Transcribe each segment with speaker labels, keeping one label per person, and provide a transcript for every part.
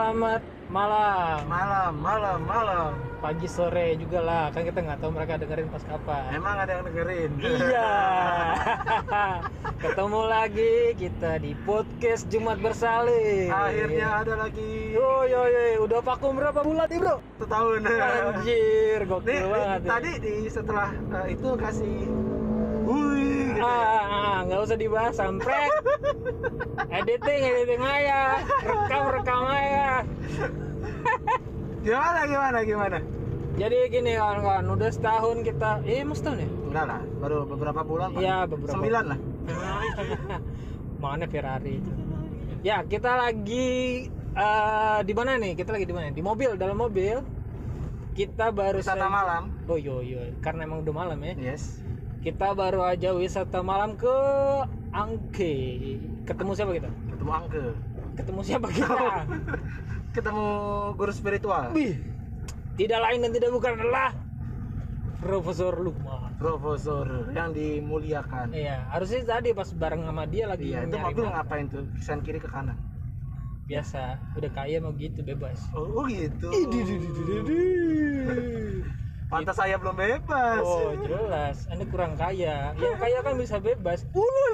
Speaker 1: Selamat malam.
Speaker 2: Malam.
Speaker 1: Pagi sore juga lah. Kan kita nggak tahu mereka dengerin pas kapan.
Speaker 2: Emang ada yang dengerin?
Speaker 1: Iya. Ketemu lagi kita di podcast Jumat Bersalin.
Speaker 2: Akhirnya ada lagi.
Speaker 1: Udah vakum berapa bulan nih, Bro?
Speaker 2: Setahun.
Speaker 1: Anjir, gokil
Speaker 2: Nih,
Speaker 1: banget.
Speaker 2: tadi setelah itu kasih gitu
Speaker 1: nggak usah dibahas sampai editing aja, rekam aja.
Speaker 2: Gimana?
Speaker 1: Jadi gini kawan-kawan, udah setahun kita, emang setahun ya?
Speaker 2: Enggak lah, baru beberapa bulan.
Speaker 1: Iya, beberapa.
Speaker 2: 9 lah.
Speaker 1: Mana Ferrari itu? Ya, kita lagi di mana nih? Kita lagi di mana? Di mobil, dalam mobil. Kita baru
Speaker 2: Wisata malam.
Speaker 1: Oh yo, karena emang udah malam ya.
Speaker 2: Yes.
Speaker 1: Kita baru aja wisata malam ke Angke. Ketemu siapa kita?
Speaker 2: Ketemu Angke.
Speaker 1: Ketemu siapa kita?
Speaker 2: Ketemu guru spiritual.
Speaker 1: Wih, tidak lain dan tidak bukan adalah Profesor Lukman.
Speaker 2: Profesor yang dimuliakan.
Speaker 1: Iya, harusnya tadi pas bareng sama dia lagi.
Speaker 2: Iya, itu
Speaker 1: nyari
Speaker 2: mobil
Speaker 1: makan.
Speaker 2: ngapain tuh? Kisan kiri ke kanan.
Speaker 1: Biasa, udah kaya mau gitu bebas.
Speaker 2: Oh gitu. Pantas saya belum bebas.
Speaker 1: Oh jelas, Anda kurang kaya. Yang kaya kan bisa bebas.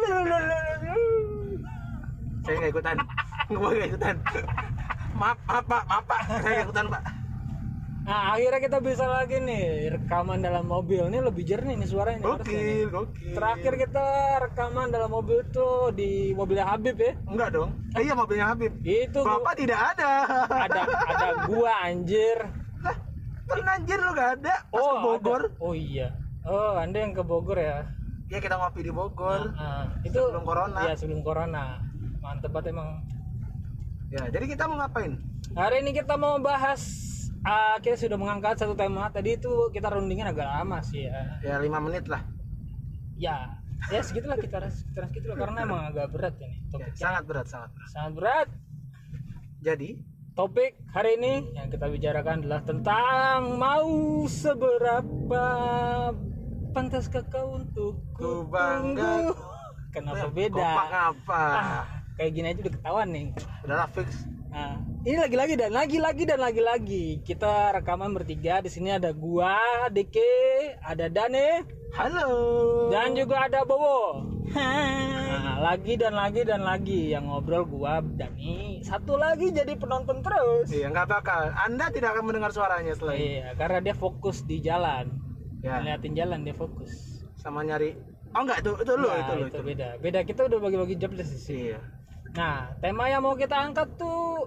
Speaker 2: Saya nggak ikutan. Nggak ikutan. Maaf Pak. Saya nggak ikutan Pak.
Speaker 1: Nah akhirnya kita bisa lagi nih rekaman dalam mobil. Ini lebih jernih nih suaranya.
Speaker 2: Gokil.
Speaker 1: Terakhir kita rekaman dalam mobil tuh di mobilnya Habib ya.
Speaker 2: Enggak dong. Iya mobilnya Habib.
Speaker 1: Itu
Speaker 2: Bapak tidak ada.
Speaker 1: Ada gua anjir.
Speaker 2: Lah, pernah anjir lu gak ada pas ke Bogor.
Speaker 1: Ada. Oh iya. Oh, Anda yang ke Bogor ya.
Speaker 2: Iya kita ngopi di Bogor.
Speaker 1: Itu
Speaker 2: sebelum corona.
Speaker 1: Iya, sebelum corona. Mantep banget emang.
Speaker 2: Ya, jadi kita mau ngapain?
Speaker 1: Hari ini kita mau bahas kita sudah mengangkat satu tema. Tadi itu kita rundingin agak lama sih ya.
Speaker 2: Ya 5 menit lah.
Speaker 1: Ya segitulah kita segitulah karena emang agak berat ini topiknya.
Speaker 2: Ya, sangat berat.
Speaker 1: Sangat berat.
Speaker 2: Jadi,
Speaker 1: Topik hari ini yang kita bicarakan adalah tentang mau seberapa pantaskah kau untuk
Speaker 2: ku bangga.
Speaker 1: Kenapa beda?
Speaker 2: Kompak apa?
Speaker 1: Kayak gini aja udah ketahuan nih.
Speaker 2: Udahlah fix.
Speaker 1: Nah, ini lagi-lagi dan lagi-lagi kita rekaman bertiga. Di sini ada gua, Deke, ada Dane,
Speaker 2: Halo.
Speaker 1: dan juga ada Bowo. Nah, lagi yang ngobrol gua, Dani. Satu lagi jadi penonton terus.
Speaker 2: Iya, nggak bakal. Anda tidak akan mendengar suaranya selain.
Speaker 1: Iya, karena dia fokus di jalan.
Speaker 2: Ya.
Speaker 1: Ngeliatin jalan dia fokus.
Speaker 2: Sama nyari. Oh enggak, itu lu.
Speaker 1: Beda. Kita udah bagi-bagi job desk sih.
Speaker 2: Iya.
Speaker 1: Nah, tema yang mau kita angkat tuh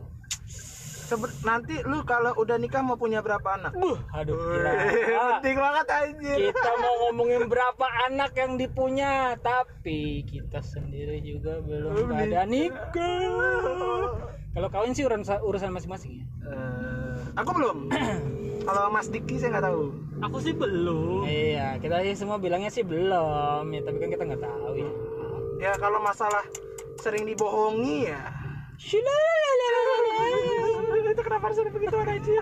Speaker 2: Nanti lu kalau udah nikah mau punya berapa anak?
Speaker 1: Aduh gila.
Speaker 2: Penting banget anjir.
Speaker 1: Kita mau ngomongin berapa anak yang dipunya, tapi kita sendiri juga belum ada nikah. Kalau kawin sih urusan masing-masing ya.
Speaker 2: Aku belum. Kalau Mas Diki saya nggak tahu.
Speaker 1: Aku sih belum. Iya, kita sih semua bilangnya sih belum ya, tapi kan kita nggak tahu ya.
Speaker 2: Ya kalau masalah sering dibohongi ya. Itu kenapa harus begitu aja?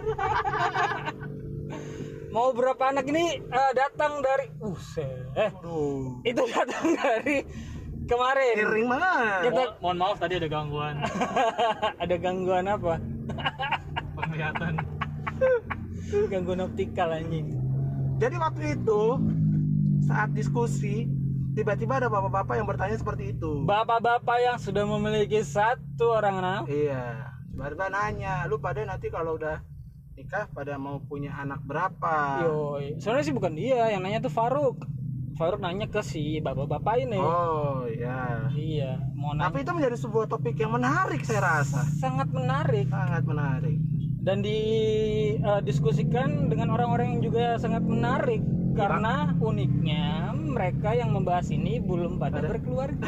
Speaker 1: Mau berapa anak ini datang dari itu datang dari kemarin.
Speaker 2: Miring banget.
Speaker 1: Mohon maaf tadi ada gangguan. Ada gangguan apa? Penglihatan. Gangguan optikal anjing.
Speaker 2: Jadi waktu itu saat diskusi tiba-tiba ada bapak-bapak yang bertanya seperti itu.
Speaker 1: Bapak-bapak yang sudah memiliki satu orang anak.
Speaker 2: Iya. Tiba-tiba nanya, lu pada nanti kalau udah nikah pada mau punya anak berapa?
Speaker 1: Yoi. Sebenarnya sih bukan dia yang nanya tuh Faruk nanya ke si bapak-bapak ini.
Speaker 2: Oh iya.
Speaker 1: Iya, mau nanya.
Speaker 2: Tapi itu menjadi sebuah topik yang menarik saya rasa.
Speaker 1: Sangat menarik. Dan didiskusikan dengan orang-orang yang juga sangat menarik. Karena uniknya mereka yang membahas ini belum pada berkeluarga.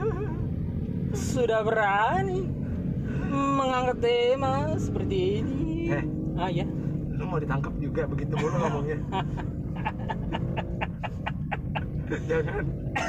Speaker 1: Sudah berani mengangkat tema seperti ini. Ya.
Speaker 2: Lu mau ditangkap juga begitu mulu ngomongnya. Jangan.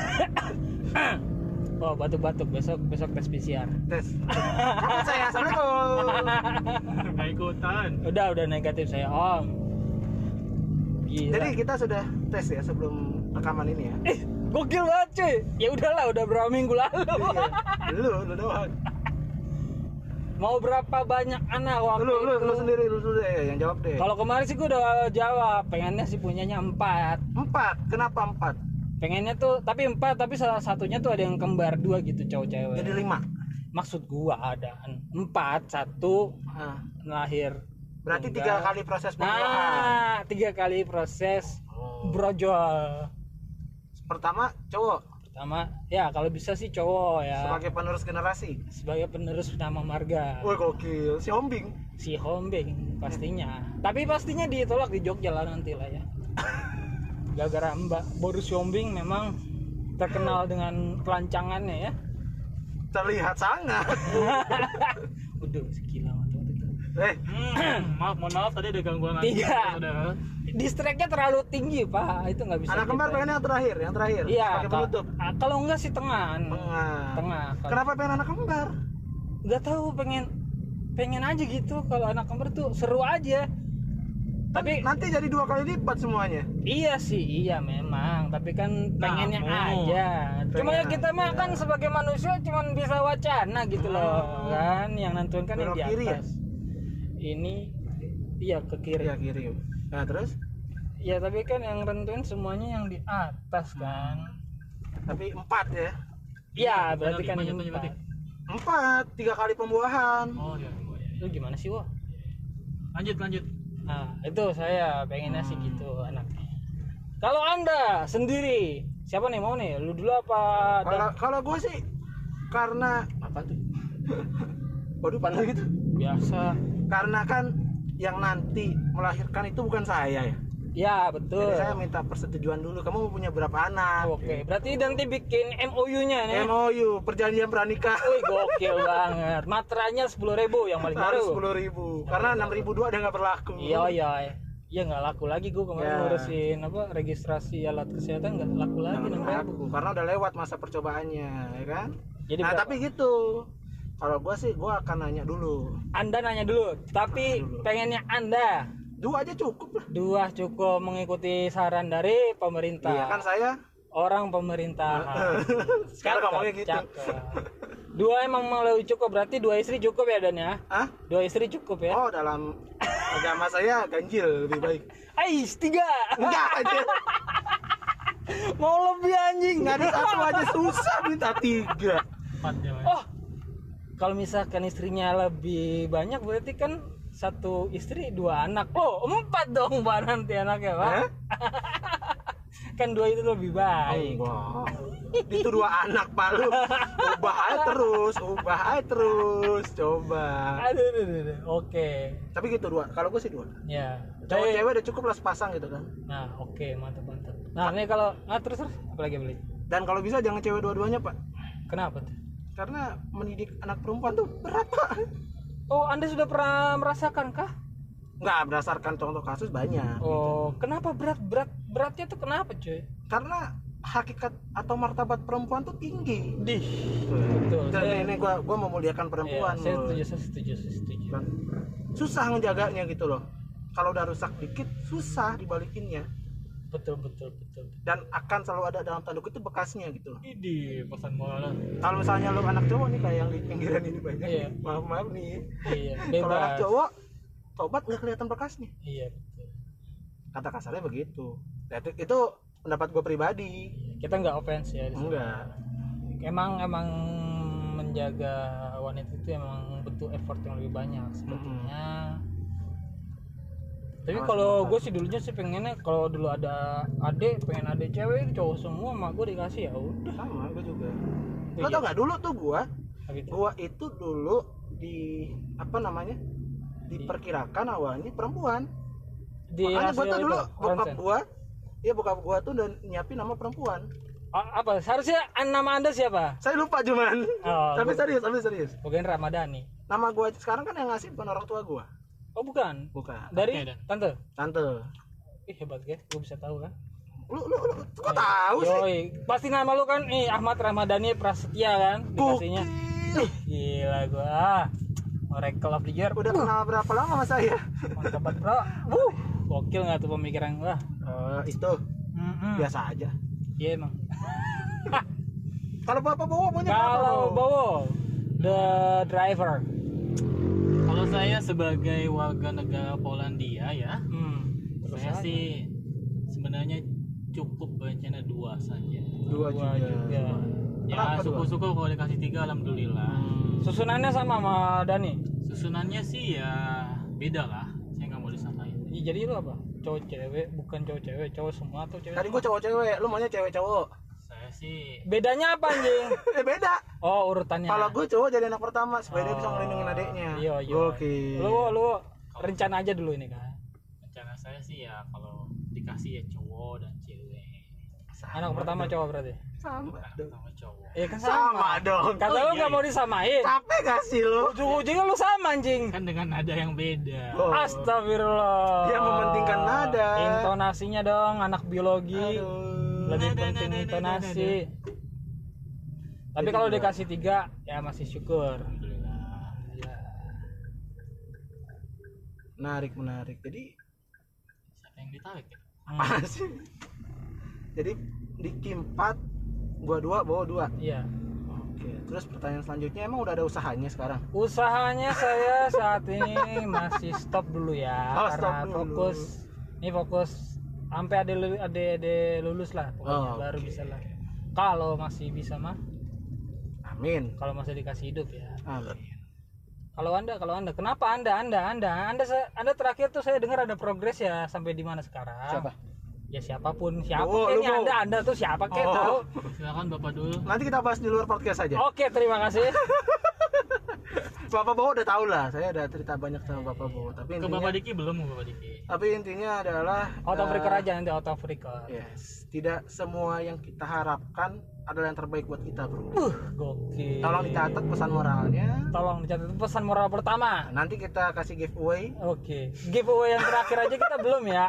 Speaker 1: Oh, batuk-batuk besok tes PCR.
Speaker 2: Tes. Saya Assalamualaikum.
Speaker 1: Nggak ikutan. Udah negatif saya Om. Gila.
Speaker 2: Jadi kita sudah tes ya sebelum rekaman ini ya.
Speaker 1: Gokil banget cuy. Ya udahlah, udah berapa minggu lalu.
Speaker 2: Iya. Lu doang.
Speaker 1: Mau berapa banyak anak waktu
Speaker 2: Lu
Speaker 1: itu?
Speaker 2: sendiri deh yang jawab deh.
Speaker 1: Kalau kemarin sih gue udah jawab, pengennya sih punyanya 4.
Speaker 2: 4. Kenapa 4?
Speaker 1: Pengennya tuh, tapi 4, tapi salah satunya tuh ada yang kembar 2 gitu, cowok cewek.
Speaker 2: Jadi 5.
Speaker 1: Maksud gua ada 4, 1
Speaker 2: Nah,
Speaker 1: lahir.
Speaker 2: berarti
Speaker 1: tunggal.
Speaker 2: 3 kali proses pembuahan.
Speaker 1: Nah, 3 kali proses brojol.
Speaker 2: Pertama cowok
Speaker 1: Pertama, ya kalau bisa sih cowok ya.
Speaker 2: sebagai penerus generasi.
Speaker 1: Sebagai penerus nama marga.
Speaker 2: Woi gokil, si Ombing.
Speaker 1: Si Hombing pastinya. Tapi pastinya ditolak di Jogja lah nanti lah ya. Gara-gara Mbak Boris Hombing memang terkenal dengan kelancangannya ya.
Speaker 2: Terlihat sangat.
Speaker 1: Udah segila waktu itu.
Speaker 3: Mohon maaf tadi ada gangguan.
Speaker 1: 3.
Speaker 3: Saudara.
Speaker 1: Distractnya terlalu tinggi pak, itu nggak bisa.
Speaker 2: Anak kembar
Speaker 1: kita-
Speaker 2: pengen yang terakhir
Speaker 1: Iya.
Speaker 2: sebagai penutup.
Speaker 1: Kalau enggak sih tengah.
Speaker 2: Tengah.
Speaker 1: Kalau-
Speaker 2: Kenapa pengen anak kembar?
Speaker 1: Nggak tahu, pengen aja gitu. Kalau anak kembar tuh seru aja. Tapi
Speaker 2: Nanti jadi 2 kali lipat semuanya.
Speaker 1: iya sih, iya memang. Tapi kan pengennya
Speaker 3: Namun,
Speaker 1: aja. Cuma ya
Speaker 2: pengen
Speaker 1: kita mah
Speaker 2: aja.
Speaker 1: kan sebagai manusia cuman bisa wacana gitu loh, kan? Yang nentuin kan yang
Speaker 2: Belok
Speaker 1: di
Speaker 2: kiri ya?
Speaker 1: atas. Ini iya ke kiri.
Speaker 2: Iya kiri. Nah terus,
Speaker 1: Ya tapi kan yang nentuin semuanya yang di atas kan.
Speaker 2: tapi 4 ya.
Speaker 1: Iya, berarti kan
Speaker 3: Banyak,
Speaker 1: ini
Speaker 3: berarti.
Speaker 2: 4, 3 kali pembuahan.
Speaker 3: Oh iya.
Speaker 1: Lu gimana sih, Wah?
Speaker 3: Lanjut.
Speaker 1: Nah, itu saya pengennya sih gitu anaknya. Kalau Anda sendiri, siapa nih mau nih? Lu dulu apa?
Speaker 2: Kalau gue sih karena
Speaker 1: Apa tuh?
Speaker 2: waduh pandang gitu.
Speaker 1: Biasa.
Speaker 2: Karena kan yang nanti melahirkan itu bukan saya ya.
Speaker 1: Ya, betul.
Speaker 2: Jadi saya minta persetujuan dulu. Kamu mau punya berapa anak?
Speaker 1: Oke, berarti nanti bikin MOU-nya nih.
Speaker 2: MOU, perjanjian pranikah.
Speaker 1: Wih, gokil banget. Materanya 10.000 yang paling
Speaker 2: Harus
Speaker 1: baru.
Speaker 2: 10.000. Karena 6.002 udah nggak berlaku.
Speaker 1: Iya. Iya nggak laku lagi, gua kemarin
Speaker 2: Ya.
Speaker 1: ngurusin apa registrasi alat kesehatan nggak laku lagi
Speaker 2: Nggak
Speaker 1: 6.000.
Speaker 2: berlaku. Karena udah lewat masa percobaannya, ya kan?
Speaker 1: Jadi
Speaker 2: Nah,
Speaker 1: berapa?
Speaker 2: tapi gitu. Kalau gua sih gua akan nanya dulu.
Speaker 1: Anda nanya dulu, tapi
Speaker 2: Nanya dulu.
Speaker 1: pengennya Anda
Speaker 2: 2 aja cukup lah.
Speaker 1: 2 cukup mengikuti saran dari pemerintah.
Speaker 2: Iya kan saya
Speaker 1: Orang pemerintahan.
Speaker 2: sekarang ngomongnya gitu.
Speaker 1: Cakep. 2 emang lebih cukup, berarti 2 istri cukup ya Dan ya?
Speaker 2: Hah?
Speaker 1: 2 istri cukup ya?
Speaker 2: Oh, dalam agama saya ganjil lebih baik.
Speaker 1: Ais, 3.
Speaker 2: Enggak aja.
Speaker 1: Mau lebih anjing.
Speaker 2: Nggak ada satu aja susah minta 3.
Speaker 3: 4 ya. Mas.
Speaker 1: Oh, kalau misalkan istrinya lebih banyak berarti kan 1 istri 2 anak. Oh, 4 dong Pak nanti anaknya Pak.
Speaker 2: Hah?
Speaker 1: Kan 2 itu lebih baik.
Speaker 2: Enggak. Itu 2 anak Pak lu. Ubah aja terus. Coba.
Speaker 1: Aduh. Oke.
Speaker 2: Tapi gitu 2. Kalau gue sih 2.
Speaker 1: Ya.
Speaker 2: Cowok
Speaker 1: Tapi-
Speaker 2: cewek udah cukup lah sepasang gitu kan.
Speaker 1: Nah, oke, mantap. Nah, ini kalau terus apalagi beli?
Speaker 2: Dan kalau bisa jangan cewek dua-duanya Pak.
Speaker 1: Kenapa tuh?
Speaker 2: Karena mendidik anak perempuan tuh berat Pak.
Speaker 1: Oh, Anda sudah pernah merasakan kah?
Speaker 2: Nggak, berdasarkan contoh kasus banyak.
Speaker 1: Oh, kenapa beratnya tuh kenapa, cuy?
Speaker 2: Karena hakikat atau martabat perempuan tuh tinggi.
Speaker 1: Dih. Betul.
Speaker 2: Dan
Speaker 1: Saya-
Speaker 2: ini gua memuliakan perempuan.
Speaker 1: Iya,
Speaker 2: loh.
Speaker 1: saya setuju.
Speaker 2: Kan susah ngejaganya gitu loh. Kalau udah rusak dikit susah dibalikinnya
Speaker 1: Betul.
Speaker 2: dan akan selalu ada dalam tanduk itu bekasnya gitu loh.
Speaker 3: Ini pesan moral.
Speaker 2: Kalau misalnya lo anak cowok nih kayak yang di pinggiran ini banyak.
Speaker 1: Iya.
Speaker 2: Maaf nih.
Speaker 1: Iya,
Speaker 2: Kalau anak
Speaker 1: bebas.
Speaker 2: cowok tobat nggak kelihatan bekasnya.
Speaker 1: Iya, betul.
Speaker 2: Kata kasarnya begitu. Nah, itu pendapat gue pribadi.
Speaker 1: Kita nggak offense ya di sini.
Speaker 2: Enggak.
Speaker 1: Emang menjaga wanita itu emang butuh effort yang lebih banyak sepertinya. Tapi
Speaker 2: Awas,
Speaker 1: kalau
Speaker 2: awas.
Speaker 1: gue sih dulunya sih pengennya kalau dulu ada adik, pengen adik cewek, cowok semua, mak gue dikasih ya udah.
Speaker 2: Sama gue juga.
Speaker 1: Iya.
Speaker 2: Lo tau nggak dulu tuh
Speaker 1: Gitu.
Speaker 2: gua itu dulu di apa namanya? Diperkirakan awalnya perempuan.
Speaker 1: Di
Speaker 2: Makanya gua
Speaker 1: hasil
Speaker 2: tuh dulu
Speaker 1: itu,
Speaker 2: bokap
Speaker 1: ronsen.
Speaker 2: gua, iya bokap gua tuh udah nyiapin nama perempuan.
Speaker 1: Apa? Seharusnya nama Anda siapa?
Speaker 2: Saya lupa cuman.
Speaker 1: Oh,
Speaker 2: tapi
Speaker 1: gua-
Speaker 2: serius.
Speaker 1: Bukan Ramadhani.
Speaker 2: Nama gua sekarang kan yang ngasih bukan orang tua gua.
Speaker 1: Oh, bukan.
Speaker 2: Bukan.
Speaker 1: Dari
Speaker 3: Oke, Dan.
Speaker 1: tante.
Speaker 2: Tante.
Speaker 1: Ih, hebat ya, gue bisa tahu kan.
Speaker 2: Lu kok tahu sih?
Speaker 1: Yoi, pasti nama lu kan Ahmad Ramadhani Prasetya kan dikasihnya.
Speaker 2: Gokil.
Speaker 1: Gila gua. Oracle of the Year.
Speaker 2: Udah kenal berapa lama sama saya?
Speaker 1: Mantap banget, Bro. Gokil enggak tuh pemikiran gua?
Speaker 2: Itu
Speaker 1: Mm-mm.
Speaker 2: biasa aja.
Speaker 1: Iya emang.
Speaker 2: Kalau bapak bawa punya
Speaker 1: Kalau
Speaker 2: berapa? Bo?
Speaker 1: Bowo, the driver.
Speaker 3: saya sebagai warga negara Polandia ya,
Speaker 1: Terus
Speaker 3: saya
Speaker 1: aja.
Speaker 3: sih sebenarnya cukup berencana 2 saja.
Speaker 2: Dua
Speaker 1: Dua juga.
Speaker 3: Ya
Speaker 2: Kenapa dua?
Speaker 3: syukur-syukur kalau dikasih 3 alhamdulillah.
Speaker 1: Susunannya sama Dani.
Speaker 3: Susunannya sih ya beda lah, saya nggak mau disamain.
Speaker 1: Jadi lu apa? Cowok cewek, bukan cowok cewek, cowok semua atau cewek?
Speaker 2: Tadi
Speaker 1: semua?
Speaker 2: gua cowok cewek, lu maunya cewek cowok.
Speaker 3: Saya sih
Speaker 1: Bedanya apa anjing?
Speaker 2: Beda.
Speaker 1: Oh, urutannya.
Speaker 2: Kalau gua cowok jadi anak pertama supaya dia bisa
Speaker 1: Oh.
Speaker 2: ngelindungin adeknya.
Speaker 1: Iya, iya.
Speaker 2: Oke.
Speaker 1: Lu rencana aja dulu ini kan.
Speaker 3: rencana saya sih ya kalau dikasih ya cowok dan cewek.
Speaker 1: Anak pertama cowok berarti.
Speaker 2: Sama
Speaker 3: Anak
Speaker 2: dong.
Speaker 3: sama cowok.
Speaker 1: Iya kan
Speaker 2: Sama dong.
Speaker 1: Kata lu
Speaker 3: Oh,
Speaker 1: nggak
Speaker 3: iya,
Speaker 1: mau disamain.
Speaker 2: Capek gak sih lu?
Speaker 1: Ujung-ujungnya lu sama anjing.
Speaker 3: Kan dengan nada yang beda.
Speaker 2: Oh.
Speaker 1: Astagfirullah.
Speaker 2: Dia mementingkan nada.
Speaker 1: Intonasinya dong, anak biologi.
Speaker 2: Aduh.
Speaker 1: Lebih
Speaker 3: Nada,
Speaker 1: penting
Speaker 3: nada,
Speaker 1: intonasi. Tapi
Speaker 2: Jadi
Speaker 1: kalau
Speaker 2: dua.
Speaker 1: dikasih 3 ya masih syukur.
Speaker 3: Alhamdulillah.
Speaker 1: Ya.
Speaker 2: Menarik. Jadi
Speaker 3: Siapa yang ditarik ya?
Speaker 2: apa sih? Jadi di Kim 4 gua 2 bawa 2.
Speaker 1: Iya.
Speaker 2: Oke, terus pertanyaan selanjutnya emang udah ada usahanya sekarang?
Speaker 1: Usahanya saya saat ini masih stop dulu ya,
Speaker 2: Oh,
Speaker 1: karena
Speaker 2: stop dulu.
Speaker 1: fokus sampai ade lulus lah pokoknya,
Speaker 2: Oh,
Speaker 1: baru
Speaker 2: oke.
Speaker 1: bisa lah. Kalau masih bisa mah,
Speaker 2: Amin.
Speaker 1: kalau masih dikasih hidup ya.
Speaker 2: Amin.
Speaker 1: Kalau anda, kenapa anda terakhir tuh saya dengar ada progres ya sampai di mana sekarang?
Speaker 2: Siapa?
Speaker 1: Ya siapapun, siapa
Speaker 2: Oh,
Speaker 1: kek
Speaker 2: lu
Speaker 1: ini
Speaker 2: mau-
Speaker 1: anda tuh siapa kek
Speaker 2: Oh.
Speaker 1: tahu?
Speaker 3: Silakan Bapak dulu.
Speaker 2: Nanti kita bahas di luar podcast aja.
Speaker 1: Oke, terima kasih.
Speaker 2: Bapak Bowo udah tahu lah, saya ada cerita banyak sama Bapak Bowo. Tapi
Speaker 3: Ke
Speaker 2: intinya,
Speaker 3: Bapak Diki belum ke Bapak Diki.
Speaker 2: tapi intinya adalah
Speaker 1: Out of
Speaker 2: eh,
Speaker 1: record aja nanti out of record.
Speaker 2: Yes, tidak semua yang kita harapkan adalah yang terbaik buat kita, bro.
Speaker 1: Gokil.
Speaker 2: Tolong dicatat pesan moralnya.
Speaker 1: Tolong dicatat itu pesan moral pertama.
Speaker 2: Nanti kita kasih giveaway.
Speaker 1: Oke, giveaway yang terakhir aja kita belum ya.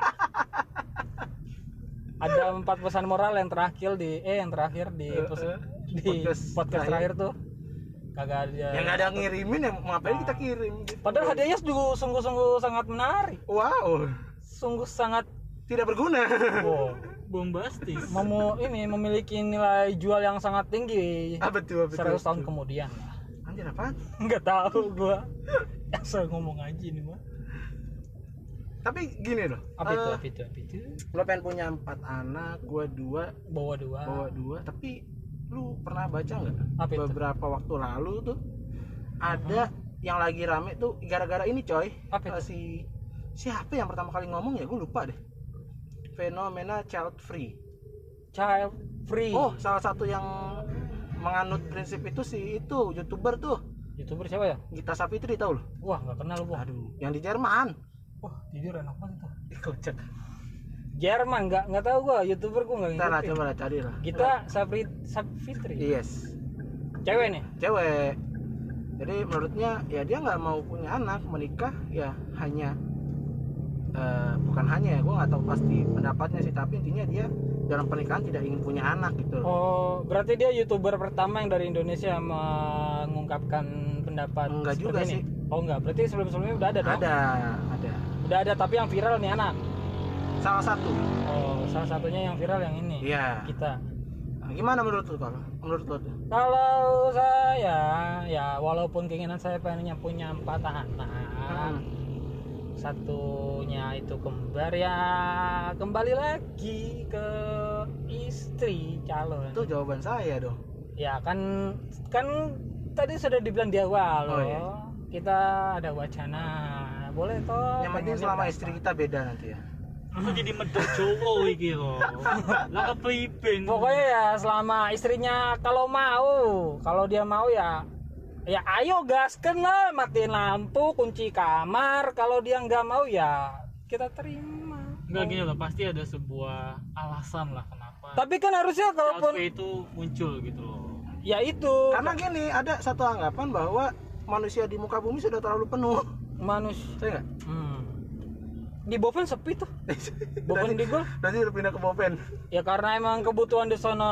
Speaker 1: Ada 4 pesan moral yang terakhir di podcast terakhir tuh kagak ada.
Speaker 2: Yang nggak ada ngirimin, yang ngapain kita kirim?
Speaker 1: Padahal hadiahnya juga sungguh-sungguh sangat menarik,
Speaker 2: Wow,
Speaker 1: sungguh sangat
Speaker 2: tidak berguna.
Speaker 1: wow,
Speaker 3: Bombastis.
Speaker 1: memiliki nilai jual yang sangat tinggi.
Speaker 2: Ah, betul.
Speaker 1: 100 tahun kemudian lah.
Speaker 2: Anjir apaan?
Speaker 1: Nggak tahu gua. Asal ngomong aja nih mah.
Speaker 2: Tapi gini loh.
Speaker 1: Apa itu?
Speaker 2: Lo pengen punya 4 anak, gua 2,
Speaker 1: Bawa 2.
Speaker 2: bawa 2. Tapi lu pernah baca nggak?
Speaker 1: Apa itu?
Speaker 2: Beberapa waktu lalu tuh ada yang lagi rame tuh gara-gara ini coy.
Speaker 1: Apa itu?
Speaker 2: Siapa yang pertama kali ngomong ya? Gue lupa deh. Fenomena child free.
Speaker 1: Child free.
Speaker 2: Oh, salah satu yang menganut prinsip itu itu YouTuber tuh.
Speaker 1: YouTuber siapa ya?
Speaker 2: Gita Sapitri tahu lo?
Speaker 1: Wah, nggak kenal lu, Bang.
Speaker 2: Aduh, yang di Jerman.
Speaker 1: Wah, jujur enak banget tuh.
Speaker 2: Kocak.
Speaker 1: Jerman nggak tahu gua, YouTuber gua nggak
Speaker 2: Kita lah
Speaker 1: ngikutin.
Speaker 2: coba lah cari lah.
Speaker 1: Kita Sapitri.
Speaker 2: Yes.
Speaker 1: Cewek nih.
Speaker 2: Cewek. Jadi menurutnya ya dia nggak mau punya anak, menikah ya hanya bukan hanya ya, gue nggak tahu pasti pendapatnya sih, tapi intinya dia dalam pernikahan tidak ingin punya anak gitu loh.
Speaker 1: Oh, berarti dia YouTuber pertama yang dari Indonesia mengungkapkan pendapat
Speaker 2: Enggak
Speaker 1: seperti
Speaker 2: juga
Speaker 1: ini.
Speaker 2: sih.
Speaker 1: Oh, enggak. Berarti sebelum-sebelumnya udah ada dong.
Speaker 2: Ada.
Speaker 1: Udah ada, tapi yang viral nih anak.
Speaker 2: Salah satu.
Speaker 1: Oh, salah satunya yang viral yang ini.
Speaker 2: Iya.
Speaker 1: Kita.
Speaker 2: Nah, gimana menurut lu kalau? Menurut lu?
Speaker 1: Kalau saya ya walaupun keinginan saya pengennya punya 4 anak. Satunya itu kembar ya kembali lagi ke istri calon.
Speaker 2: Itu jawaban saya dong.
Speaker 1: Ya kan tadi sudah dibilang di awal
Speaker 2: Oh,
Speaker 1: loh.
Speaker 2: iya.
Speaker 1: Kita ada wacana. Boleh toh.
Speaker 2: Yang penting
Speaker 1: pengennya
Speaker 2: selama
Speaker 1: berapa?
Speaker 2: istri kita beda nanti ya.
Speaker 3: Aku jadi medok cowok iki loh. Lah kepriben.
Speaker 1: Pokoknya ya selama istrinya kalau dia mau ya ayo gasken lah, matiin lampu, kunci kamar. Kalau dia nggak mau ya kita terima.
Speaker 3: Enggak gini loh, pasti ada sebuah alasan lah kenapa.
Speaker 1: Tapi kan harusnya
Speaker 3: Child
Speaker 1: kalaupun
Speaker 3: free itu muncul gitu loh.
Speaker 1: ya itu
Speaker 2: Karena gini, ada satu anggapan bahwa manusia di muka bumi sudah terlalu penuh.
Speaker 1: manusia.
Speaker 2: Saya nggak?
Speaker 1: Di Boven sepi tuh. Boven di gol.
Speaker 2: Nanti udah pindah ke Boven.
Speaker 1: Ya karena emang kebutuhan di sana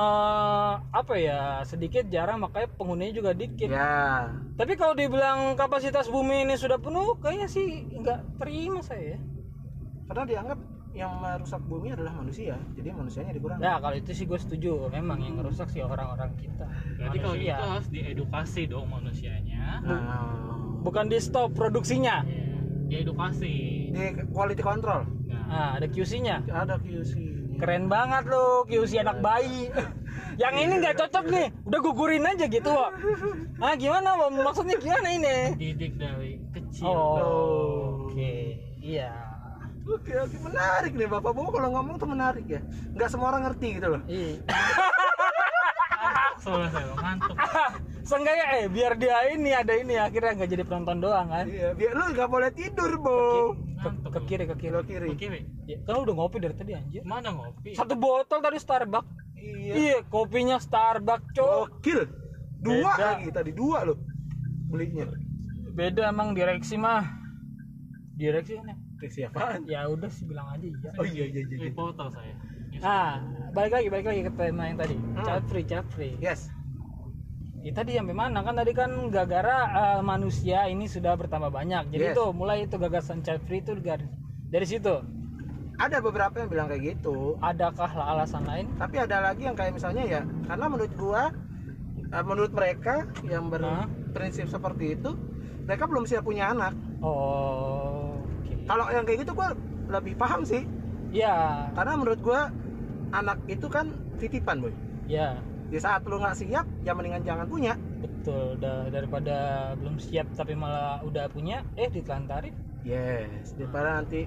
Speaker 1: sedikit jarang, makanya penghuninya juga dikit.
Speaker 2: Ya.
Speaker 1: Tapi kalau dibilang kapasitas bumi ini sudah penuh, kayaknya sih nggak terima saya.
Speaker 2: Karena dianggap yang merusak bumi adalah manusia, jadi manusianya dikurangi.
Speaker 1: Ya kalau itu sih gue setuju. Memang yang ngerusak sih orang-orang kita.
Speaker 3: Berarti kalau
Speaker 1: Manusia.
Speaker 3: gitu harus diedukasi dong manusianya.
Speaker 2: Nah,
Speaker 1: bukan di stop produksinya.
Speaker 3: Iya, dia edukasi.
Speaker 2: Di quality control
Speaker 3: Nah,
Speaker 1: Nah, ada QC-nya.
Speaker 2: ada QC.
Speaker 1: Keren banget lo, QC anak bayi. Yang ini nggak cocok nih, udah gugurin aja gitu. Wak. Ah, gimana? Maksudnya gimana ini?
Speaker 3: didik dari kecil.
Speaker 1: Oh, oke. Iya.
Speaker 2: Oke, menarik nih Bapak Bowo kalau ngomong tuh menarik ya. Nggak semua orang ngerti gitu loh.
Speaker 1: Iya.
Speaker 3: Soalnya saya ngantuk.
Speaker 1: Seenggaknya biar dia ini ada ini akhirnya nggak jadi penonton doang kan.
Speaker 2: Iya, biar lu nggak boleh tidur, Bo.
Speaker 1: Ke kiri ke kiri.
Speaker 2: Kilo kiri.
Speaker 3: Oke, Wi.
Speaker 1: Ya, kan lu udah ngopi dari tadi anjir.
Speaker 3: Mana ngopi?
Speaker 1: Satu botol tadi Starbucks.
Speaker 2: Iya.
Speaker 1: Iya, kopinya Starbucks, cok.
Speaker 2: Gokil. Dua
Speaker 1: Beda.
Speaker 2: lagi tadi, dua loh belinya.
Speaker 1: Beda emang direksi mah. Direksi kan ya?
Speaker 2: Triksi apaan?
Speaker 1: Ya udah sih bilang aja iya.
Speaker 2: Oh iya iya iya.
Speaker 3: Di foto saya.
Speaker 1: Nah, balik lagi ke tema yang tadi. Child free.
Speaker 2: Yes.
Speaker 1: Ya, tadi sampai mana kan tadi kan gara-gara manusia ini sudah bertambah banyak. Jadi
Speaker 2: Yes.
Speaker 1: tuh mulai itu gagasan child free itu dari situ.
Speaker 2: Ada beberapa yang bilang kayak gitu.
Speaker 1: Adakah alasan lain?
Speaker 2: Tapi ada lagi yang kayak misalnya ya, karena menurut gua, menurut mereka yang berprinsip seperti itu, mereka belum siap punya anak.
Speaker 1: Oh, oke.
Speaker 2: Kalau yang kayak gitu gua lebih paham sih,
Speaker 1: Ya,
Speaker 2: karena menurut gua anak itu kan titipan, boy.
Speaker 1: ya.
Speaker 2: Di saat lu nggak siap, ya mendingan jangan punya.
Speaker 1: Betul, daripada belum siap tapi malah udah punya, ditelantarin.
Speaker 2: Yes. Daripada nanti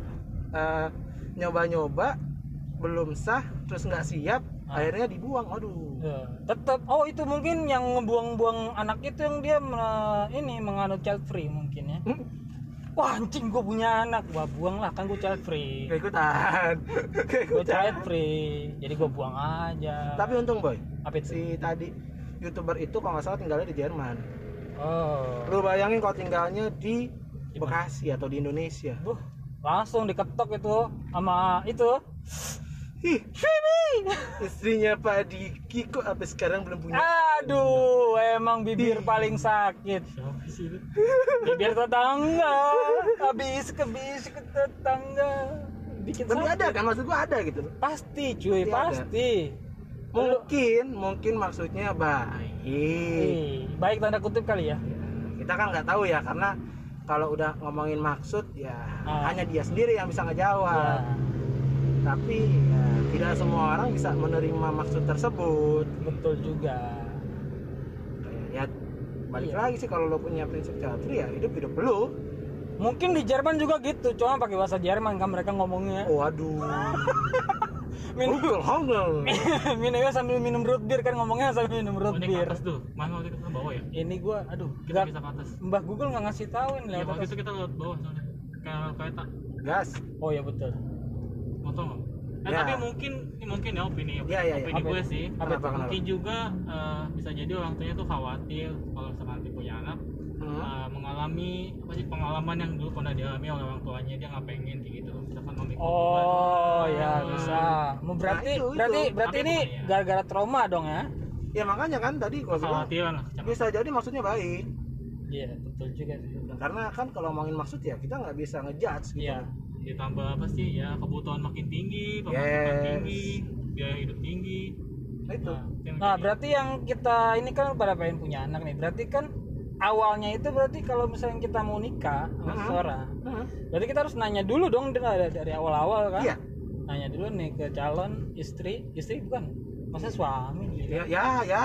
Speaker 2: nyoba-nyoba belum sah, terus nggak siap, akhirnya dibuang. Aduh.
Speaker 1: Tetap, itu mungkin yang ngebuang-buang anak itu yang dia menganut child free mungkin ya. Wah anjing gue punya anak, gua buang lah kan gue child free.
Speaker 2: Gak ikutan.
Speaker 1: Gue child free, jadi gue buang aja.
Speaker 2: Tapi untung boy,
Speaker 1: Apa itu?
Speaker 2: si tadi YouTuber itu kalau nggak salah tinggalnya di Jerman.
Speaker 1: Oh,
Speaker 2: Lu bayangin kalau tinggalnya di Bekasi atau di Indonesia.
Speaker 1: langsung diketok itu sama itu.
Speaker 2: Ih, istrinya Pak Diki kok sampai sekarang belum punya.
Speaker 1: Aduh, emang bibir paling sakit.
Speaker 3: Siapa sih itu?
Speaker 1: Bibir tetangga, habis ke tetangga. Bikin
Speaker 2: Tapi
Speaker 1: sakit.
Speaker 2: ada kan, maksud gua ada gitu.
Speaker 1: Pasti cuy,
Speaker 2: Pasti ada.
Speaker 1: pasti.
Speaker 2: Mungkin maksudnya baik.
Speaker 1: Baik tanda kutip kali ya.
Speaker 2: Kita kan nggak tahu ya, karena kalau udah ngomongin maksud ya hanya dia sendiri yang bisa ngejawab.
Speaker 1: Ya,
Speaker 2: Tapi ya, tidak semua orang bisa menerima maksud tersebut.
Speaker 1: betul juga.
Speaker 2: Ya balik
Speaker 1: Iya.
Speaker 2: lagi sih, kalau lo punya prinsip child free ya hidup lu.
Speaker 1: Mungkin di Jerman juga gitu, cuma pakai bahasa Jerman kan mereka ngomongnya.
Speaker 2: Waduh.
Speaker 1: Minum minumnya sambil minum root beer kan ngomongnya sambil minum root
Speaker 3: Oh, ini ke
Speaker 1: beer.
Speaker 3: atas tuh. Mana waktu itu ke bawah ya?
Speaker 1: Ini gua
Speaker 3: Kita
Speaker 1: nggak-
Speaker 3: bisa ke atas.
Speaker 1: Mbah Google nggak ngasih tahu ini
Speaker 3: Ya,
Speaker 1: lewat
Speaker 3: waktu
Speaker 1: atas.
Speaker 3: itu kita lewat bawah soalnya. Kayak kereta.
Speaker 2: Gas.
Speaker 1: Oh ya betul.
Speaker 3: Motor nggak?
Speaker 2: Ya.
Speaker 3: Tapi mungkin ya opini
Speaker 2: Ya.
Speaker 3: opini
Speaker 1: Apa
Speaker 3: gue
Speaker 1: itu?
Speaker 3: sih.
Speaker 1: Apa itu?
Speaker 3: Mungkin juga bisa jadi orang tuanya tuh khawatir kalau misalkan nanti punya anak mengalami pengalaman yang dulu pernah dialami oleh orang tuanya, dia nggak pengen kayak gitu. Misalkan memikul
Speaker 1: Oh
Speaker 3: beban.
Speaker 1: ya bisa. Berarti
Speaker 2: Nah, itu.
Speaker 1: berarti
Speaker 3: Tapi
Speaker 1: ini
Speaker 3: bukan ya.
Speaker 1: gara-gara trauma dong ya?
Speaker 2: Ya makanya kan tadi gua bilang
Speaker 3: Kekhawatiran lah.
Speaker 2: bisa jadi maksudnya baik.
Speaker 1: Iya betul juga sih.
Speaker 2: Karena kan kalau ngomongin maksud ya kita nggak bisa ngejudge gitu.
Speaker 1: Iya.
Speaker 3: Ditambah apa sih ya, kebutuhan makin tinggi, pemasukan
Speaker 2: Yes.
Speaker 3: tinggi, biaya hidup tinggi.
Speaker 2: Nah, itu.
Speaker 1: Nah berarti yang kita ini kan pada pengen punya anak nih. Berarti kan awalnya itu berarti kalau misalnya kita mau nikah sama seseorang, berarti kita harus nanya dulu dong dari awal-awal kan?
Speaker 2: Iya.
Speaker 1: Nanya dulu nih ke calon istri bukan? Masa suami? Gitu.
Speaker 2: Ya.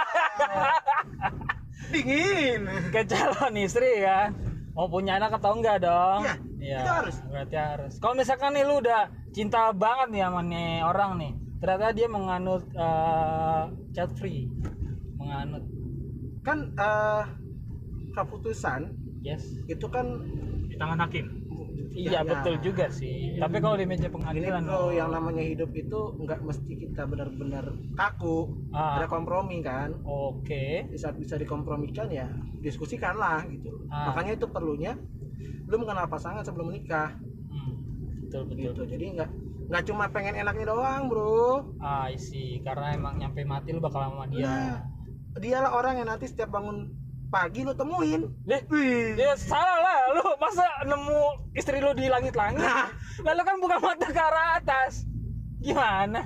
Speaker 2: Dingin.
Speaker 1: Ke calon istri kan? Mau punya anak atau enggak dong?
Speaker 2: Iya,
Speaker 1: Ya,
Speaker 2: itu harus.
Speaker 1: Berarti harus. Kalau misalkan nih lu udah cinta banget nih sama nih orang nih, ternyata dia menganut child free, menganut.
Speaker 2: Kan keputusan
Speaker 1: Yes.
Speaker 2: itu kan
Speaker 3: Di tangan hakim.
Speaker 1: Iya betul juga sih. Tapi kalau di meja
Speaker 2: Ini
Speaker 1: pengadilan
Speaker 2: bro, yang namanya hidup itu nggak mesti kita benar-benar kaku. Ada kompromi kan.
Speaker 1: Oke.
Speaker 2: Di saat bisa dikompromikan ya diskusikanlah gitu. Makanya itu perlunya lu mengenal pasangan sebelum menikah
Speaker 1: Betul.
Speaker 2: gitu. Jadi nggak cuma pengen enaknya doang bro.
Speaker 1: I see. Karena emang nyampe mati lu bakal sama dia.
Speaker 2: Nah, dialah orang yang nanti setiap bangun pagi lu temuin. Wih.
Speaker 1: Ya salah lah, lu masa nemu istri lu di langit-langit? Lalu kan buka mata ke arah atas. Gimana?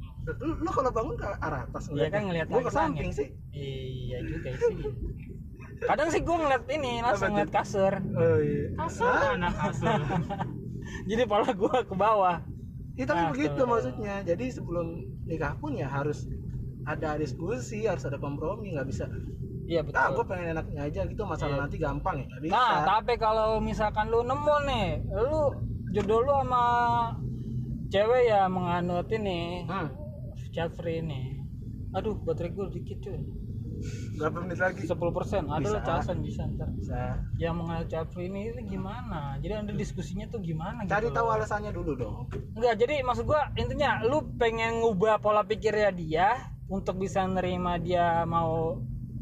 Speaker 2: Lu kalau bangun ke arah atas
Speaker 1: Iya kan ngelihat
Speaker 2: gua ke
Speaker 1: langit-langit.
Speaker 2: samping sih.
Speaker 1: Iya juga sih. Kadang sih gue ngeliat ini langsung ngeliat kasur.
Speaker 2: Oh iya.
Speaker 3: Kasar anak kasar.
Speaker 1: Jadi pala gue ke bawah.
Speaker 2: Ya, tapi begitu
Speaker 1: Astaga.
Speaker 2: maksudnya. Jadi sebelum nikah pun ya harus ada diskusi, harus ada kompromi, nggak bisa.
Speaker 1: Iya betul.
Speaker 2: Ah, gue pengen enaknya aja gitu, masalah
Speaker 1: Iya.
Speaker 2: nanti gampang ya, nggak bisa.
Speaker 1: Nah, tapi kalau misalkan lu nemu nih, lu jodoh lu sama cewek ya menganut ini child free nih. Aduh, baterai gue dikit cuy.
Speaker 2: Berapa menit lagi?
Speaker 1: 10%. Ada
Speaker 2: Bisa.
Speaker 1: lo casan bisa ntar.
Speaker 2: Bisa.
Speaker 1: Yang menganut child free ini gimana? Jadi ada diskusinya tuh gimana
Speaker 2: Cari
Speaker 1: gitu
Speaker 2: tahu
Speaker 1: loh.
Speaker 2: alasannya dulu dong.
Speaker 1: Enggak, jadi maksud gua intinya lu pengen ngubah pola pikirnya dia untuk bisa nerima dia mau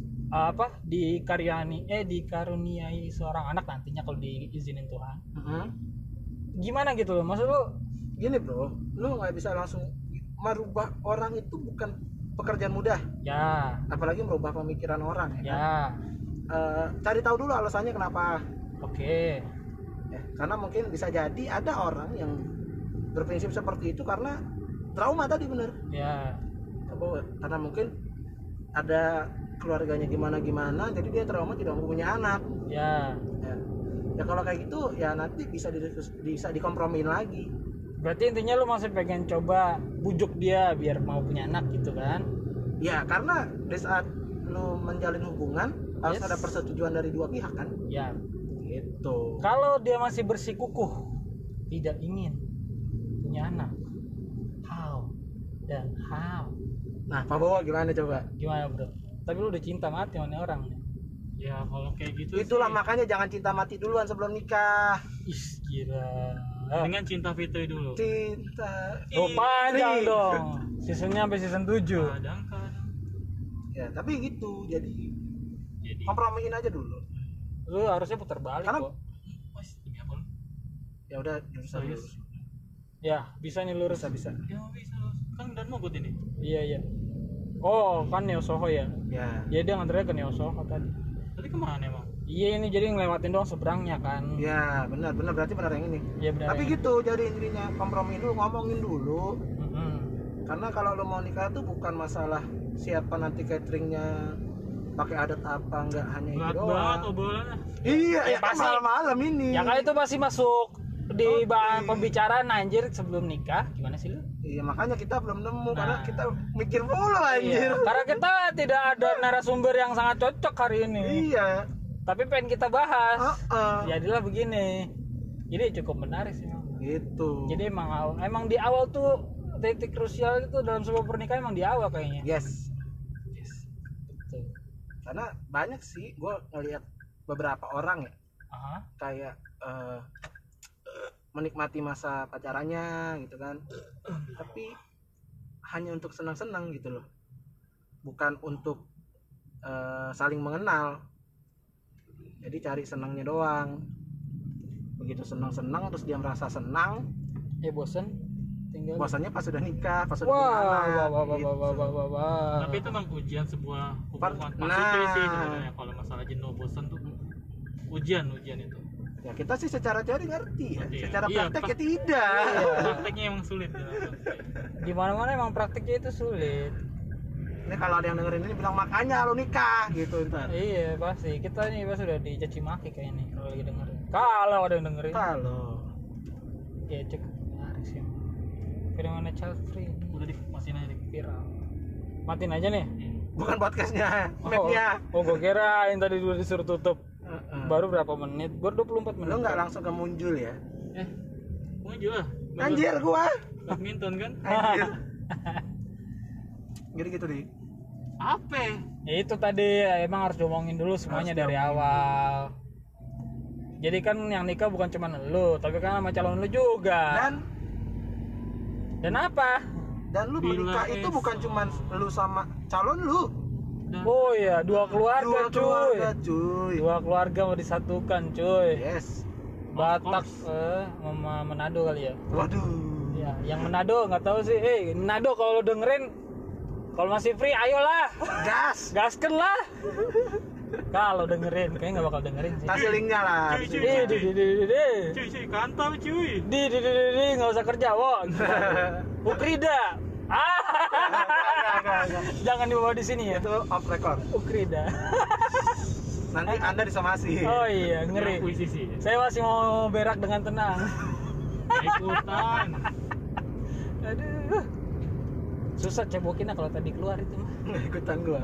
Speaker 1: dikaruniai seorang anak nantinya kalau diizinin Tuhan. Gimana gitu loh? Maksud lu
Speaker 2: Gini bro, lu nggak bisa langsung merubah orang, itu bukan pekerjaan mudah,
Speaker 1: ya,
Speaker 2: apalagi merubah pemikiran orang ya.
Speaker 1: ya.
Speaker 2: Cari tahu dulu alasannya kenapa.
Speaker 1: Oke.
Speaker 2: Karena mungkin bisa jadi ada orang yang berprinsip seperti itu karena trauma tadi, bener.
Speaker 1: Ya.
Speaker 2: Karena mungkin ada keluarganya gimana, jadi dia trauma tidak mau punya anak.
Speaker 1: Ya.
Speaker 2: Ya kalau kayak gitu ya nanti bisa dikompromiin lagi.
Speaker 1: Berarti intinya lu masih pengen coba bujuk dia biar mau punya anak gitu kan?
Speaker 2: Ya karena di saat lu menjalin hubungan harus
Speaker 1: Yes.
Speaker 2: ada persetujuan dari dua pihak kan.
Speaker 1: Ya.
Speaker 2: Gitu.
Speaker 1: Kalau dia masih bersikukuh tidak ingin punya anak, how?
Speaker 2: Nah Pak Bowo gimana coba?
Speaker 1: Gimana bro? Tapi lu udah cinta mati sama orang nih.
Speaker 3: Ya kalau kayak gitu
Speaker 2: Itulah
Speaker 3: sih,
Speaker 2: makanya jangan cinta mati duluan sebelum nikah.
Speaker 1: Ih gila.
Speaker 3: dengan cinta fitri dulu.
Speaker 2: Cinta.
Speaker 1: Oh panjang
Speaker 2: Istri.
Speaker 1: dong. Seasonnya sampai season 7.
Speaker 3: Kadang-kadang.
Speaker 2: Ya tapi gitu, jadi
Speaker 3: Jadi
Speaker 2: kompromiin aja dulu.
Speaker 1: Lu harusnya putar balik
Speaker 2: Karena-
Speaker 1: kok.
Speaker 3: wes demi apa lu?
Speaker 2: Ya udah bisa
Speaker 3: Serius?
Speaker 1: Ya bisa nih lurus.
Speaker 2: bisa.
Speaker 3: Ya bisa. Kan dan mogot ini.
Speaker 1: Iya. Oh kan Neo Soho ya.
Speaker 2: Ya.
Speaker 1: Ya dia nganternya ke Neo Soho tadi.
Speaker 3: Tadi kemana emang?
Speaker 1: Iya ini jadi ngelewatin doang seberangnya kan.
Speaker 2: Ya benar berarti benar yang ini.
Speaker 1: Iya benar.
Speaker 2: Tapi gitu, jadi intinya kompromi dulu, ngomongin dulu.
Speaker 1: Mm-mm.
Speaker 2: Karena kalau lo mau nikah tuh bukan masalah siapa nanti cateringnya, pakai adat apa, nggak hanya itu
Speaker 3: Berat
Speaker 2: doang.
Speaker 3: banget obrolannya.
Speaker 2: Iya,
Speaker 1: Ya,
Speaker 2: ya kan
Speaker 1: pasti.
Speaker 2: malam-malam ini.
Speaker 1: Ya kali itu pasti masuk di
Speaker 2: Oke.
Speaker 1: bahan pembicaraan anjir sebelum nikah. Gimana sih lu?
Speaker 2: Iya, makanya kita belum nemu karena
Speaker 1: Nah.
Speaker 2: kita mikir mulu anjir.
Speaker 1: Iya. Karena kita tidak ada narasumber yang sangat cocok hari ini.
Speaker 2: Iya.
Speaker 1: Tapi pengen kita bahas.
Speaker 2: Heeh.
Speaker 1: Jadilah begini. Jadi cukup menarik sih. Bang.
Speaker 2: Gitu.
Speaker 1: Jadi emang di awal tuh titik krusial itu dalam sebuah pernikahan emang di awal kayaknya.
Speaker 2: Yes.
Speaker 1: Tuh.
Speaker 2: Karena banyak sih gue ngelihat beberapa orang ya
Speaker 1: Aha.
Speaker 2: kayak menikmati masa pacarannya gitu kan, tapi hanya untuk senang-senang gitu loh, bukan untuk saling mengenal. Jadi cari senangnya doang. Begitu senang-senang terus dia merasa senang,
Speaker 1: Bosen tinggal.
Speaker 2: bosannya pas sudah nikah, pas sudah punya
Speaker 1: Wah,
Speaker 2: anak,
Speaker 1: wah.
Speaker 2: gitu.
Speaker 3: Tapi itu emang ujian sebuah hubungan
Speaker 2: Nah.
Speaker 3: pasti sih sebenarnya. Kalau masalah jenuh bosan tuh ujian itu.
Speaker 2: Ya kita sih secara teori ngerti ya,
Speaker 3: Ngerti ya.
Speaker 2: secara
Speaker 3: Iya,
Speaker 2: praktek ya tidak.
Speaker 3: Prakteknya emang sulit ya.
Speaker 1: Di mana-mana emang praktiknya itu sulit.
Speaker 2: Ini kalau ada yang dengerin ini bilang makanya lo nikah gitu ntar.
Speaker 1: Iya pasti. Kita nih pas sudah dicaci maki kayaknya nih kalau lagi dengerin. Kalau ada yang dengerin.
Speaker 2: Kalau
Speaker 1: Ya cukup menarik sih. Fenomena child free ini
Speaker 3: Udah dimasin aja dikit.
Speaker 1: viral. Matiin aja nih.
Speaker 2: bukan podcastnya, mapnya.
Speaker 1: Oh, gue kirain tadi udah disuruh tutup.
Speaker 2: Heeh.
Speaker 1: Baru berapa menit? Baru 24 menit.
Speaker 2: Lo nggak langsung ke muncul ya?
Speaker 3: Muncul lah.
Speaker 2: Anjir gua.
Speaker 3: Badminton kan?
Speaker 2: Anjir. Gitu nih.
Speaker 3: Apa?
Speaker 1: Ya itu tadi emang harus diomongin dulu semuanya
Speaker 2: Harus
Speaker 1: dari
Speaker 2: diomongin
Speaker 1: awal. Jadi kan yang nikah bukan cuma lu, tapi kan sama calon lu juga. Dan apa?
Speaker 2: Dan lu
Speaker 3: Bila
Speaker 2: menikah itu
Speaker 3: esok.
Speaker 2: bukan cuma lu sama calon lu.
Speaker 3: Dan
Speaker 1: Oh iya, dua keluarga
Speaker 2: Dua
Speaker 1: cuy.
Speaker 2: keluarga cuy.
Speaker 1: Dua keluarga mau disatukan cuy.
Speaker 2: Yes.
Speaker 1: Batak
Speaker 3: course.
Speaker 1: sama Manado kali ya.
Speaker 2: Waduh.
Speaker 1: Ya, yang Manado nggak tahu sih. Manado kalau lu dengerin, kalau masih free, ayolah,
Speaker 2: Gas.
Speaker 1: gasken lah. Kalau dengerin, kayaknya nggak bakal dengerin sih.
Speaker 2: Kasih linknya lah.
Speaker 3: Cuy, cuy.
Speaker 1: Di,
Speaker 3: kantau cuy.
Speaker 1: nggak usah kerja, wo. Ukrida.
Speaker 2: Enggak.
Speaker 1: Jangan dibawa di sini ya.
Speaker 2: Itu off record.
Speaker 1: Ukrida.
Speaker 2: Nanti Anda disomasi.
Speaker 1: Oh iya, ngeri.
Speaker 3: Puisi sih.
Speaker 1: Saya masih mau berak dengan tenang.
Speaker 3: Ikutan.
Speaker 1: Aduh. Susah cebokinnya kalau tadi keluar itu mah.
Speaker 2: Nggak ikutan gua.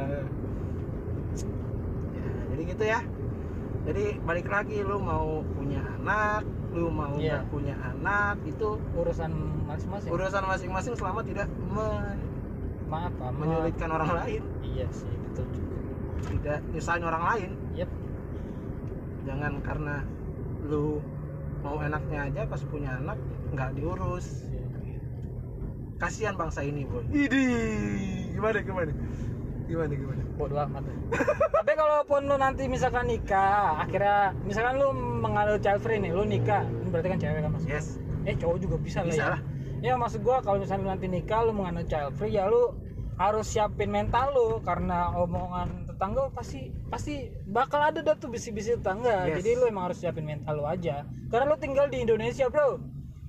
Speaker 2: Ya, jadi gitu ya. Jadi balik lagi, lu mau punya anak, lu mau
Speaker 1: Iya.
Speaker 2: nggak punya anak, itu
Speaker 1: Urusan masing-masing.
Speaker 2: urusan masing-masing selama tidak
Speaker 1: Maaf, Pak.
Speaker 2: menyulitkan orang lain,
Speaker 1: Iya sih, betul juga.
Speaker 2: tidak nyusahin orang lain.
Speaker 1: Yep.
Speaker 2: Jangan karena lu mau enaknya aja pas punya anak nggak diurus. Kasihan bangsa ini, boy. Idih, gimana?
Speaker 1: Bodoh amat. Tapi kalaupun lu nanti misalkan nikah, akhirnya misalkan lu mengandung child free nih, lu nikah, ini berarti kan cewek kan maksudnya.
Speaker 2: Yes.
Speaker 1: Cowok juga bisa
Speaker 2: Bisa
Speaker 1: lah
Speaker 2: lah.
Speaker 1: ya. Ya maksud gua kalau misalnya lu nanti nikah, lu mengandung child free, ya lu harus siapin mental lu, karena omongan tetangga pasti bakal ada dah tuh bisi-bisi tetangga.
Speaker 2: Yes.
Speaker 1: Jadi lu emang harus siapin mental lu aja. Karena lu tinggal di Indonesia, bro.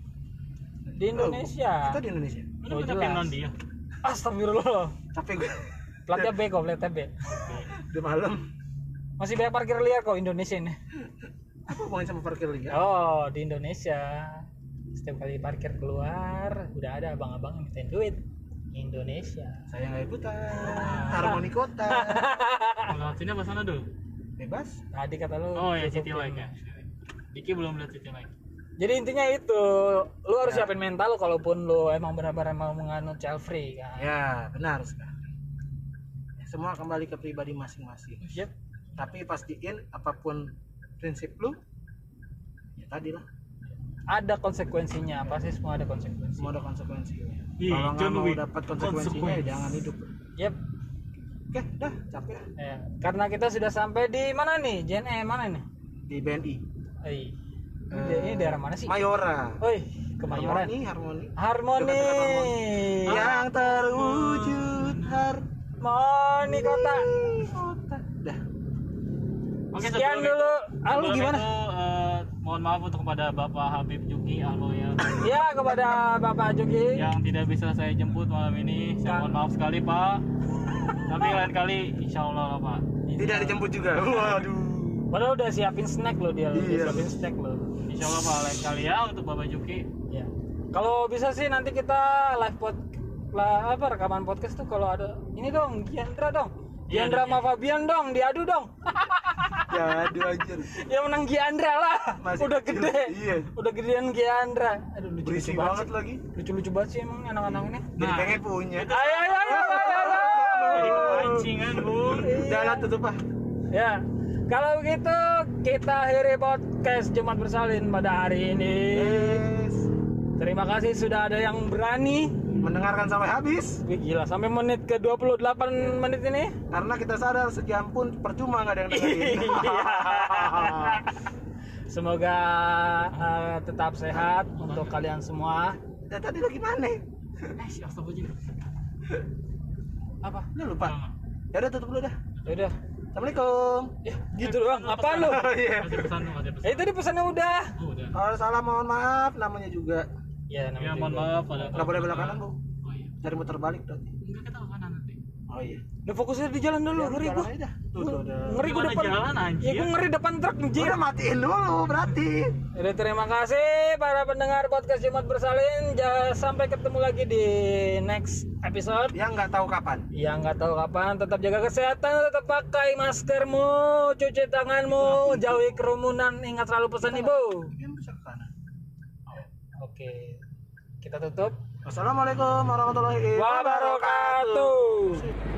Speaker 1: Di Indonesia.
Speaker 2: Kita di Indonesia.
Speaker 3: Lu
Speaker 1: Oh,
Speaker 3: udah
Speaker 1: jelas.
Speaker 3: non dia.
Speaker 1: Astagfirullah.
Speaker 2: Tapi gue
Speaker 1: Platnya B kok, platnya B.
Speaker 2: udah malam.
Speaker 1: Masih banyak parkir liar kok Indonesia ini.
Speaker 2: Apa hubungannya sama parkir liar?
Speaker 1: Oh, di Indonesia setiap kali parkir keluar udah ada abang-abang yang mintain duit. Indonesia.
Speaker 2: Saya nggak ikutan. Harmoni kota.
Speaker 3: Kalau sini apa sana dulu?
Speaker 2: Bebas.
Speaker 1: Tadi kata lu.
Speaker 3: Oh ya, City
Speaker 1: tutupin.
Speaker 3: Light ya. Diki belum lihat City Light.
Speaker 1: Jadi intinya itu, lu harus
Speaker 2: Ya.
Speaker 1: siapin mental lu kalaupun lu emang benar-benar mau menganut child free kan.
Speaker 2: Ya, benar sekali. Semua kembali ke pribadi masing-masing.
Speaker 1: Yep.
Speaker 2: Tapi pastiin apapun prinsip lu, ya tadi lah,
Speaker 1: Ada konsekuensinya, pasti semua ada konsekuensi.
Speaker 2: semua ada konsekuensinya.
Speaker 3: Ih,
Speaker 2: Kalau nggak
Speaker 3: John
Speaker 2: mau
Speaker 3: Wick.
Speaker 2: dapat konsekuensinya, ya jangan hidup.
Speaker 1: Yep.
Speaker 2: Oke, dah capek
Speaker 1: Ya. Karena kita sudah sampai di mana nih? JNE mana nih?
Speaker 2: di BNI.
Speaker 1: Ini daerah mana sih?
Speaker 2: Mayora.
Speaker 1: Oi, Kemayoran.
Speaker 2: Harmoni.
Speaker 1: Harmoni.
Speaker 2: Dekat Yang terwujud
Speaker 1: Harmoni kota.
Speaker 2: Dah.
Speaker 3: Oke,
Speaker 1: Sekian dulu. Lu gimana?
Speaker 3: Mohon maaf untuk kepada Bapak Habib Juki Almoya
Speaker 1: Ya, kepada Bapak Juki.
Speaker 3: yang tidak bisa saya jemput malam ini. Saya mohon maaf sekali, Pak. Tapi lain kali insya Allah lah, Pak.
Speaker 2: Tidak dijemput juga. Waduh.
Speaker 1: Padahal udah siapin snack lo dia. Udah
Speaker 2: Iya.
Speaker 1: siapin snack lo.
Speaker 3: Insya Allah Pak, lain kali ya untuk Bapak Juki.
Speaker 1: Ya. Kalau bisa sih nanti kita rekaman podcast tuh kalau ada ini dong, Giandra dong.
Speaker 3: Iya,
Speaker 1: Giandra
Speaker 3: iya.
Speaker 1: sama Fabian dong, diadu dong.
Speaker 2: Ya, aduh anjir.
Speaker 1: Yang menang Giandra lah.
Speaker 2: Masih
Speaker 1: Udah
Speaker 2: kecil.
Speaker 1: gede.
Speaker 2: Iya.
Speaker 1: Udah gedean Giandra. Aduh lucu
Speaker 2: Berisi
Speaker 1: banget.
Speaker 2: banget
Speaker 1: Sih.
Speaker 2: lagi.
Speaker 1: Lucu-lucu banget sih emang anak-anak ini.
Speaker 2: Jadi
Speaker 3: Nah.
Speaker 2: pengen punya.
Speaker 1: Ayo.
Speaker 3: Jadi kepancingan, Bung.
Speaker 2: Udah lah, tutup ah.
Speaker 1: Ya. Kalau begitu kita akhiri podcast Jumat Bersalin pada hari ini.
Speaker 2: Yes.
Speaker 1: Terima kasih sudah ada yang berani.
Speaker 2: Mendengarkan sampai habis.
Speaker 1: Wih gila, sampai menit ke 28 menit ini.
Speaker 2: Karena kita sadar sejam pun percuma nggak ada yang dengerin.
Speaker 1: Semoga tetap sehat untuk kalian semua.
Speaker 2: Dan tadi lagi mana?
Speaker 3: Astagfirullah.
Speaker 1: Apa?
Speaker 2: Udah lupa. Ya udah tutup dulu dah.
Speaker 1: Ya udah.
Speaker 2: Assalamualaikum.
Speaker 1: Ya, gitu doang. Apaan lu?
Speaker 2: Iya.
Speaker 3: Masih pesan, masih pesan.
Speaker 1: Tadi pesannya udah.
Speaker 3: Oh, udah.
Speaker 2: Kalau salah mohon maaf, namanya juga.
Speaker 1: Ya,
Speaker 3: Ya,
Speaker 1: namanya
Speaker 3: mohon
Speaker 1: juga.
Speaker 3: maaf pada
Speaker 2: Nggak boleh belok kanan, Bu.
Speaker 3: Oh iya.
Speaker 2: Cari muter balik berarti.
Speaker 3: Enggak, kita ke kanan nanti.
Speaker 2: Oh iya.
Speaker 1: Udah fokusnya di jalan dulu,
Speaker 2: Ya,
Speaker 1: ngeri
Speaker 2: jalan
Speaker 1: gua.
Speaker 2: aja dah. Tuh, udah.
Speaker 1: Ngeri gua
Speaker 3: Gimana
Speaker 1: depan.
Speaker 3: jalan, anjir?
Speaker 1: Ya gua ngeri depan truk anjir.
Speaker 2: Udah matiin dulu berarti.
Speaker 1: Udah, terima kasih para pendengar podcast Jumat Bersalin. Sampai ketemu lagi di next episode.
Speaker 2: Yang nggak tahu kapan.
Speaker 1: Yang nggak tahu kapan, tetap jaga kesehatan, tetap pakai maskermu, cuci tanganmu, jauhi kerumunan, ingat selalu pesan ibu.
Speaker 2: Yang bisa ke kanan.
Speaker 1: Oke, kita tutup.
Speaker 2: Wassalamualaikum warahmatullahi wabarakatuh.
Speaker 1: Wabarakatuh.